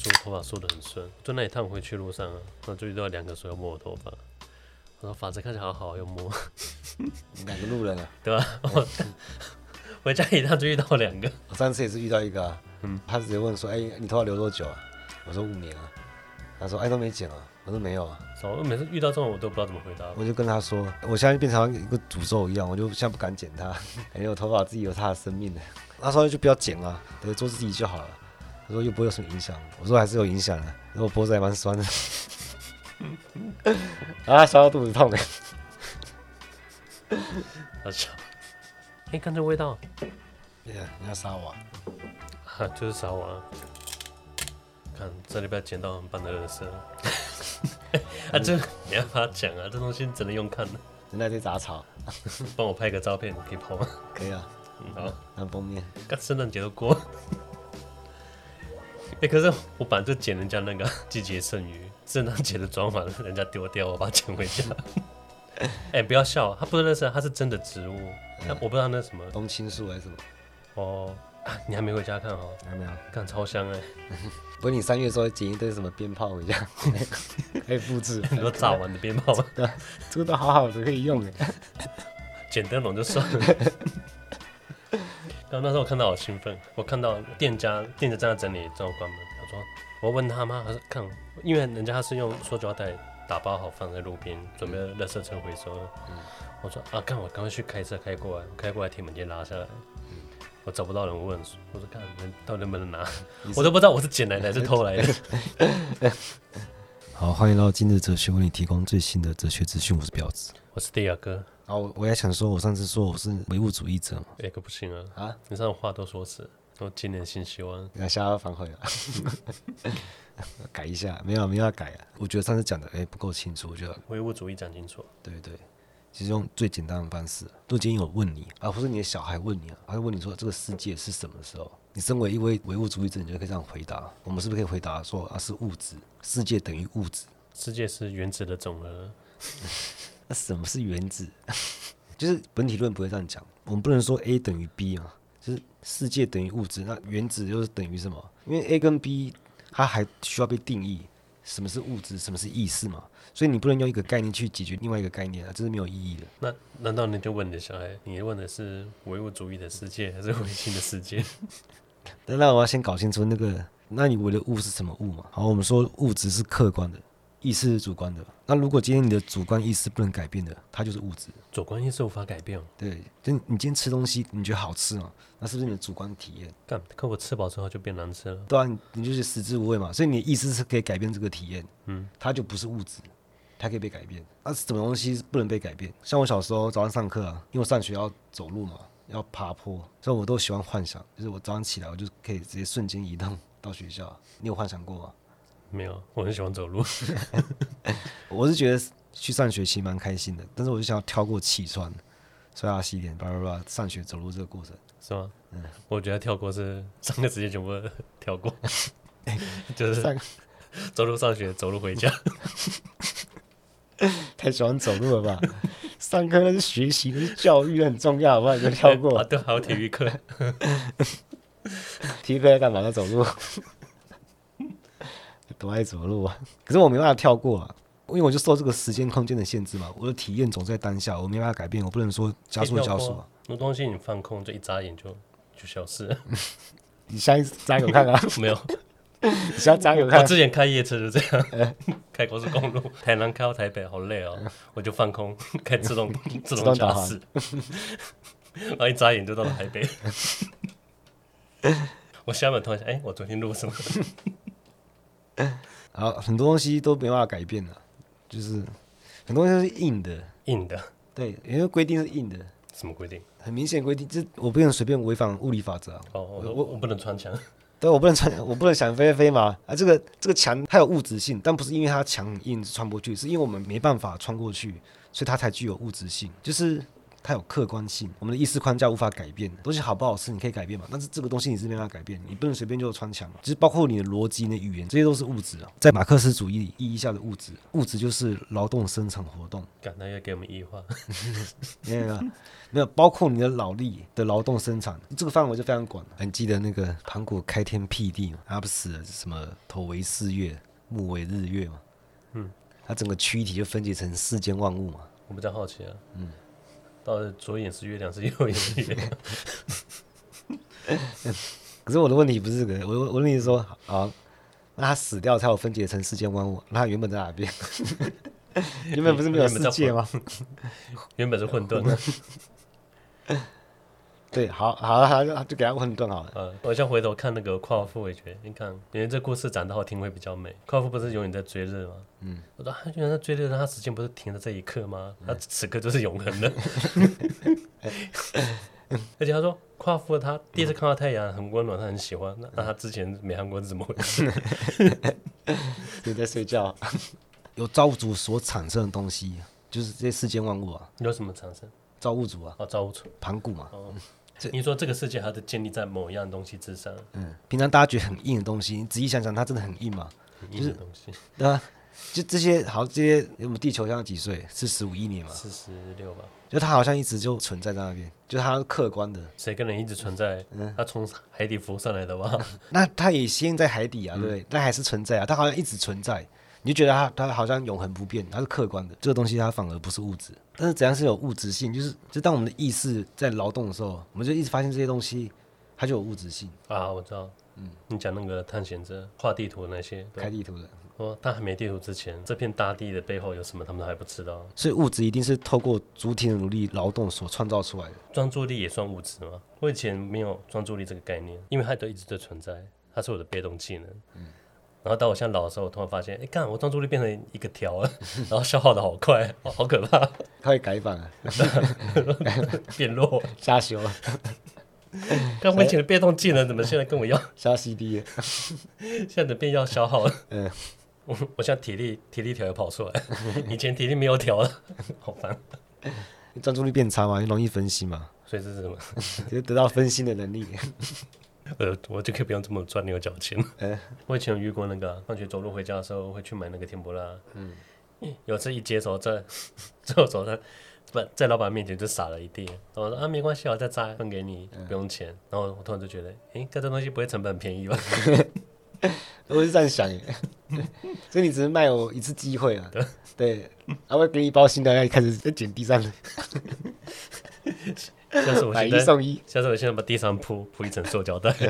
头发梳得很顺，就那一趟回去路上啊，然后就遇到2个说要摸我头发，我说发质看起来好好，又摸。 2个路人啊， 对吧？我回家一趟就遇到2个。 我上次也是遇到一个啊，他直接问说，你头发留多久啊？我说5年啊。他说，都没剪啊。我说没有啊。 我每次遇到这种我都不知道怎么回答。 我就跟他说，我现在变成一个诅咒一样，我就现在不敢剪它，感觉我头发自己有它的生命的。他说就不要剪啊，对，做自己就好了。他说又不会有什么影响。我说还是有影响的，因为我脖子还蛮酸的。啊，烧到肚子痛的。 好笑。看这味道。 你要杀我啊？就是杀我啊！看这礼拜捡到很棒的垃圾。这个你要把它讲啊，这东西只能用看的。 人在这杂草。 帮我拍个照片，可以 po 吗？ 可以啊。 好， 当封面。 刚圣诞节都过。可是我本来就捡人家那个季节剩余，圣诞节的装潢，人家丢掉，我把它捡回家。不要笑，它不是垃圾，它是真的植物。我不知道那是什么， 冬青树还是什么？ 哦，你还没回家看哦？ 还没有， 看超香不过你3月的时候捡一堆什么鞭炮回家，可以复制。 很多炸完的鞭炮， 对，这个都好好的可以用哎。 捡灯笼就算了。然后那时候我看到好兴奋，我看到店家正在整理，正要关门。他说我问他吗？他说看，因为人家他是用塑胶袋打包好放在路边，准备垃圾车回收了。我说啊，干我赶快去开车开过来，我开过来铁门键拉下来。我找不到人问，我说看人到底能不能拿，我都不知道我是捡来的还是偷来的。 好，欢迎到今日哲学，为你提供最新的哲学资讯。我是彪子， 我是迪亚哥。 然后我也想说，我上次说我是唯物主义者嘛， 可不行啊！你上次话都说死，我今年新希望， 那下要反悔了。改一下，没有要改啊。我觉得上次讲的不够清楚，我觉得唯物主义讲清楚。 对，其实用最简单的方式。如果今天有问你啊，或者你的小孩问你啊，他会问你说这个世界是什么的时候，你身为一位唯物主义者，你就可以这样回答。我们是不是可以回答说是物质，世界等于物质， 世界是原子的总和？ 那什么是原子？就是本体论不会这样讲，我们不能说 A 等于 B 啊，就是世界等于物质，那原子又是等于什么？因为 A 跟 B 它还需要被定义，什么是物质，什么是意识嘛，所以你不能用一个概念去解决另外一个概念啊，这是没有意义的。 那难道你就问你的小孩，你问的是唯物主义的世界还是唯心的世界？ 那我要先搞清楚那你为的物是什么物嘛？好，我们说物质是客观的，意识是主观的。那如果今天你的主观意识不能改变的，它就是物质。 主观意识无法改变。 对，就你今天吃东西，你觉得好吃嘛？那是不是你的主观体验？ 可我吃饱之后就变难吃了。 对啊，你就是食之无味嘛。所以你的意识是可以改变这个体验，它就不是物质，它可以被改变。那什么东西不能被改变？像我小时候早上上课啊，因为我上学要走路嘛，要爬坡，所以我都喜欢幻想，就是我早上起来我就可以直接瞬间移动到学校。你有幻想过吗？ 没有，我很喜欢走路。 我是觉得去上学其实蛮开心的，但是我就想要跳过起床、刷牙、洗脸、上学走路这个过程， 是吗？我觉得跳过是上课时间全部跳过，就是走路上学，走路回家。 太喜欢走路了吧？上课那是学习，那是教育，很重要，好不好？你就跳过啊？对，还有体育课。 体育课在干嘛？在走路。多爱走路啊！可是我没办法跳过啊，因为我就受这个时间空间的限制嘛。我的体验总在当下，我没办法改变，我不能说加速加速啊。 很多东西你放空，就一眨眼就消失了。 你下一眨给我看啊！ 没有， 你现在眨给我看。 我之前开夜车就这样，开高速公路，台南开到台北好累哦，我就放空，开自动驾驶，然后一眨眼就到了台北。我下面突然想，我昨天录什么？ 好，很多东西都没办法改变的，就是很多东西是硬的。 硬的， 对，因为规定是硬的。 什么规定？ 很明显规定，就是我不能随便违反物理法则啊。 我不能穿墙。 对，我不能想飞飞嘛。啊，这个墙它有物质性，但不是因为它墙很硬穿不过去，是因为我们没办法穿过去，所以它才具有物质性。就是它有客观性，我们的意识框架无法改变。东西好不好吃你可以改变嘛，但是这个东西你是没办法改变，你不能随便就穿墙嘛。就是包括你的逻辑、你的语言，这些都是物质啊。在马克思主义意义下的物质，物质就是劳动生产活动。 那要给我们异化。 没有，包括你的脑力的劳动生产，这个范围就非常广。你记得那个盘古开天辟地嘛？他不死了什么头为四月，目为日月嘛？它整个躯体就分解成世间万物嘛。 我比较好奇啊，到底左眼是月亮，是右眼是月亮？ 可是我的问题不是这个，我的问题是说，啊，那他死掉才有分解成世间万物，那他原本在哪边？原本不是没有世界吗？ 原本是混沌。 对，好，就给他混沌好了。 我现在回头看那个夸尔夫，我也觉得，你看，因为这故事讲得好听会比较美。夸尔夫不是永远在追日吗？我说他永远在追日，他时间不是停在这一刻吗？他此刻就是永恒的。而且他说，夸尔夫他第一次看到太阳很温暖，他很喜欢。那他之前没看过是怎么回事？ 你在睡觉。有造物主所产生的东西，就是这些世间万物啊。 有什么产生？ 造物主啊。 造物主。 盘古嘛。 你说这个世界它是建立在某一样东西之上。 平常大家觉得很硬的东西，你仔细想想，它真的很硬吗？ 很硬的东西。 对啊，就这些好，这些我们地球现在几岁？是15亿年嘛 ？46吧。 就它好像一直就存在在那边，就是它是客观的。 谁跟人一直存在？它从海底浮上来的吧？ 那它也先在海底啊，对不对？但还是存在啊，它好像一直存在。你就觉得它好像永恒不变，它是客观的，这个东西它反而不是物质。但是怎样是有物质性？就当我们的意识在劳动的时候，我们就一直发现这些东西，它就有物质性啊。我知道，你讲那个探险者画地图那些， 开地图的。 他还没地图之前，这片大地的背后有什么，他们都还不知道。 所以物质一定是透过主体的努力劳动所创造出来的。 专注力也算物质吗？我以前没有专注力这个概念，因为它都一直在存在，它是我的被动技能。然后到我现在老的时候，我突然发现，看我专注力变成一个条了，然后消耗的好快，好可怕。 它会改版啊， 变弱， 瞎修。 刚我以前的被动技能怎么现在跟我要瞎 CD 了？ 现在的变要消耗了。我现在体力条也跑出来，以前体力没有条了，好烦。 你专注力变差嘛，你容易分心嘛， 所以这是什么？ 就得到分心的能力。 我就可以不用这么钻牛角尖。我以前有遇过那个放学走路回家的时候会去买那个甜不辣。有次一接手在我手上，在老板面前就撒了一地。我说没关系，我再摘分给你，不用钱。然后我突然就觉得，这东西不会成本很便宜吧？ 我是这样想耶，所以你只是卖我一次机会啊。对，我会给你一包新的，要开始在捡地上的。买一送一， 下次我现在把地上铺一层塑胶袋。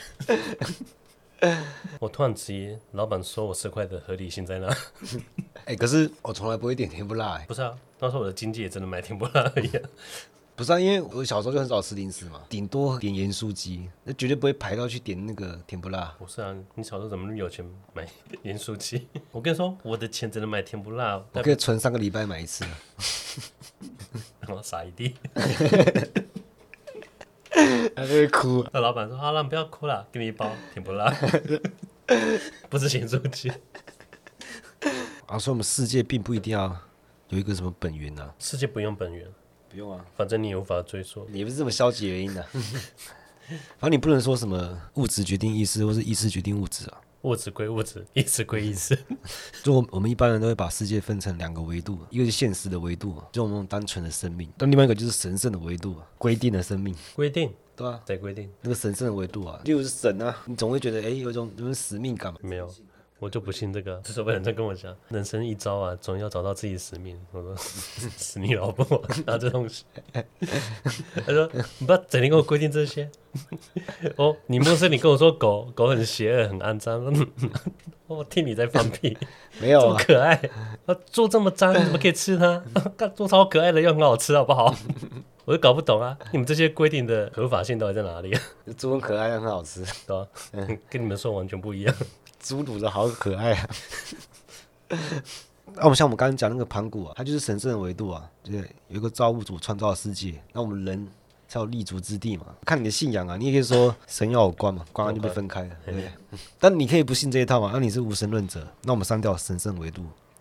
我突然质疑老板收我10块的合理性在哪？ 可是我从来不会点甜不辣。 不是啊，当时我的经济也真的买甜不辣而已。 不是啊，因为我小时候就很少吃零食嘛，顶多点盐酥鸡，那绝对不会排到去点那个甜不辣。 不是啊，你小时候怎么那么有钱买盐酥鸡？我跟你说，我的钱只能买甜不辣， 我可以存3个礼拜买一次。 然后撒一地。 他就会哭。 那老板说：“好了，你不要哭了，给你一包甜不辣，不是咸酥鸡。” 所以我们世界并不一定要有一个什么本源啊。 世界不用本源， 不用啊， 反正你也无法追溯。 你不是这么消极原因的。反正你不能说什么物质决定意识，或是意识决定物质啊。 物质归物质，意识归意识。 就我们一般人都会把世界分成2个维度，一个是现实的维度，就我们单纯的生命；但另外一个就是神圣的维度，规定的生命。 规定？ 对啊， 谁规定？ 那个神圣的维度啊，例如是神啊，你总会觉得有一种使命感嘛。 没有。我就不信这个，就是有人在跟我讲，人生一遭啊，总要找到自己的使命。我说死你老婆，拿这东西。他说你不要整天跟我规定这些。你莫是你跟我说狗很邪恶很肮脏，我听你在放屁。 没有、啊， 这么可爱，做这么脏，你怎么可以吃它？做超可爱的又很好吃，好不好？我就搞不懂啊，你们这些规定的合法性到底在哪里啊？ 猪很可爱，很好吃， 对吧、跟你们说完全不一样。 猪卤的好可爱啊！我们像我们刚刚讲那个盘古啊，它就是神圣的维度啊，就是有一个造物主创造的世界，那我们人才有立足之地嘛。看你的信仰啊，你也可以说神要有关嘛，关完就被分开了，对不对？但你可以不信这一套嘛，那你是无神论者，那我们删掉神圣维度，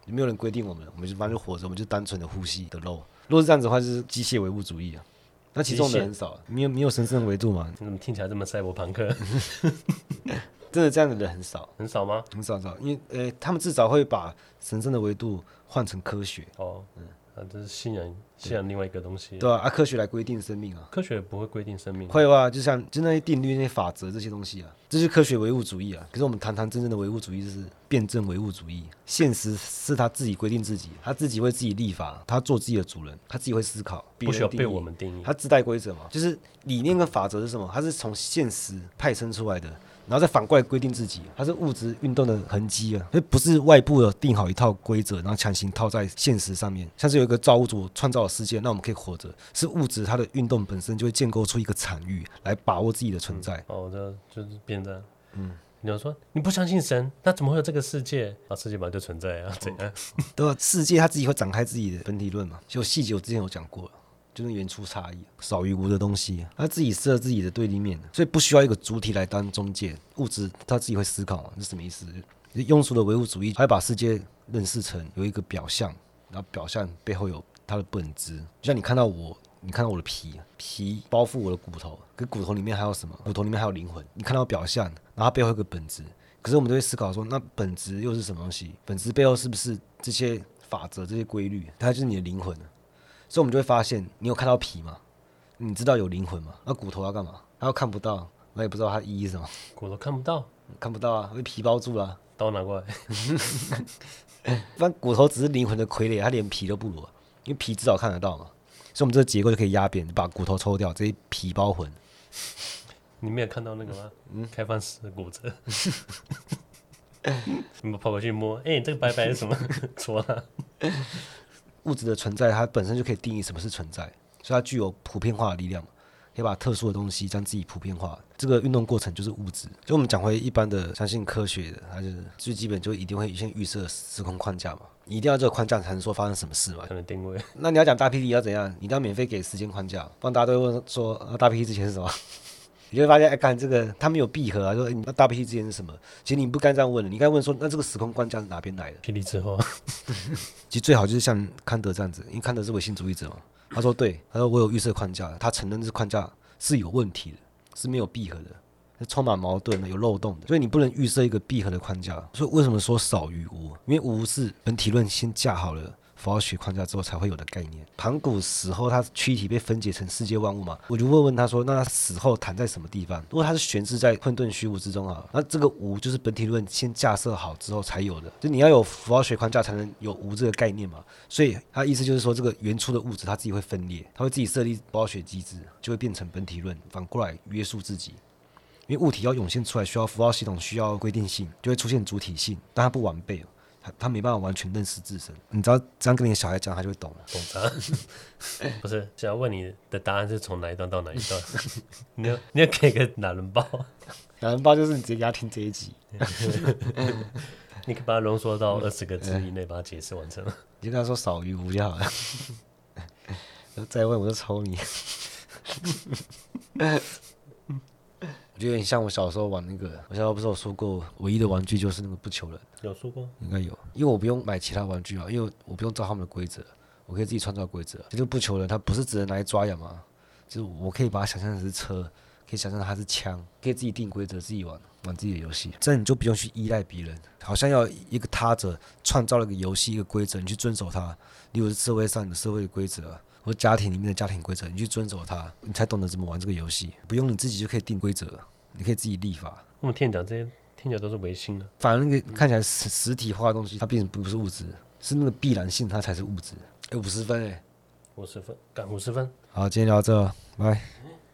没有人规定我们，我们就反正就活着，我们就单纯的呼吸的肉。如果是这样子的话，就是机械唯物主义啊。那其中的很少，没有神圣的维度嘛？ 怎么听起来这么赛博朋克？ 真的这样的人很少， 很少吗？ 很少，因为他们至少会把神圣的维度换成科学。 哦，这是信仰另外一个东西。 对啊，科学来规定生命啊。 科学不会规定生命。 会啊，就那些定律、那些法则这些东西啊，这就是科学唯物主义啊。可是我们谈真正的唯物主义，就是辩证唯物主义。现实是他自己规定自己，他自己为自己立法，他做自己的主人，他自己会思考， 不需要被我们定义。 他自带规则嘛，就是理念跟法则是什么？它是从现实派生出来的。然后再反过来规定自己，它是物质运动的痕迹啊，不是外部的定好一套规则，然后强行套在现实上面。像是有一个造物主创造的世界，那我们可以活着，是物质它的运动本身就会建构出一个场域来把握自己的存在。 这就是变这样。你要说你不相信神，那怎么会有这个世界啊？世界本来就存在啊，怎样？ 对吧？世界它自己会展开自己的本体论嘛，就细节我之前有讲过了。就是原初差异，少于无的东西，他自己设自己的对立面，所以不需要一个主体来当中介。物质他自己会思考嘛，这是什么意思？庸俗的唯物主义，他会把世界认识成有一个表象，然后表象背后有它的本质。就像你看到我的皮包覆我的骨头，可骨头里面还有什么？骨头里面还有灵魂。你看到表象，然后它背后有个本质。可是我们都会思考说，那本质又是什么东西？本质背后是不是这些法则、这些规律？它就是你的灵魂。所以我们就会发现，你有看到皮吗？你知道有灵魂吗？那骨头要干嘛？它又看不到，我也不知道它的意义是什么。 骨头看不到， 看不到啊，被皮包住了啊。 刀拿过来。 不然骨头只是灵魂的傀儡，它连皮都不如啊，因为皮至少看得到嘛。所以我们这个结构就可以压扁，把骨头抽掉，这些皮包魂。 你没有看到那个吗？开放式的骨折。你们跑过去摸，你这个白白是什么？戳它。 物质的存在，它本身就可以定义什么是存在，所以它具有普遍化的力量嘛，可以把特殊的东西将自己普遍化。这个运动过程就是物质。就我们讲回一般的相信科学的，它就是最基本就一定会先预设时空框架嘛，你一定要这个框架才能说发生什么事嘛， 才能定位。 那你要讲大霹雳要怎样？你一定要免费给时间框架，不然大家都会问说大霹雳之前是什么？你就会发现，看这个他没有闭合啊，说那大霹雳之前是什么？其实你不该这样问的，你该问说，那这个时空框架是哪边来的？ 霹雳之后， 其实最好就是像康德这样子，因为康德是唯心主义者嘛。他说对，他说我有预设框架，他承认这框架是有问题的，是没有闭合的，是充满矛盾的，有漏洞的，所以你不能预设一个闭合的框架。所以为什么说少于无？因为无是本体论先架好了符号学框架之后才会有的概念。盘古死后，他躯体被分解成世界万物嘛，我就会问他说，那他死后躺在什么地方？如果他是悬置在混沌虚无之中啊，那这个无就是本体论先架设好之后才有的，就你要有符号学框架才能有无这个概念嘛。所以他意思就是说，这个原初的物质它自己会分裂，它会自己设立符号学机制，就会变成本体论，反过来约束自己。因为物体要涌现出来，需要符号系统，需要规定性，就会出现主体性，但它不完备。他没办法完全认识自身，你知道这样跟你的小孩讲，他就会懂了。 懂啥？不是，想要问你的答案是从哪一段到哪一段？你要给个懒人包。 懒人包就是你直接给他听这一集， 你可以把它浓缩到20个字以内，把它解释完成。 你就跟他说少于无就好了。再问我就抽你。我觉得有点像我小时候玩那个，我小时候不是有说过，唯一的玩具就是那个不求人。 有说过？应该有，因为我不用买其他玩具啊，因为我不用照他们的规则，我可以自己创造规则。这个不求人，它不是只能拿来抓痒吗？就是我可以把它想象成是车，可以想象它是枪，可以自己定规则，自己玩自己的游戏。这样你就不用去依赖别人，好像要一个他者创造了一个游戏一个规则，你去遵守它。例如社会上的社会的规则，或者家庭里面的家庭规则，你去遵守它，你才懂得怎么玩这个游戏。不用你自己就可以定规则，你可以自己立法。 我们听讲这些听起来都是唯心的， 反而那个看起来实体化的东西，它并不是物质，是那个必然性，它才是物质。50分50分， 赶50分。 好，今天聊到这，拜。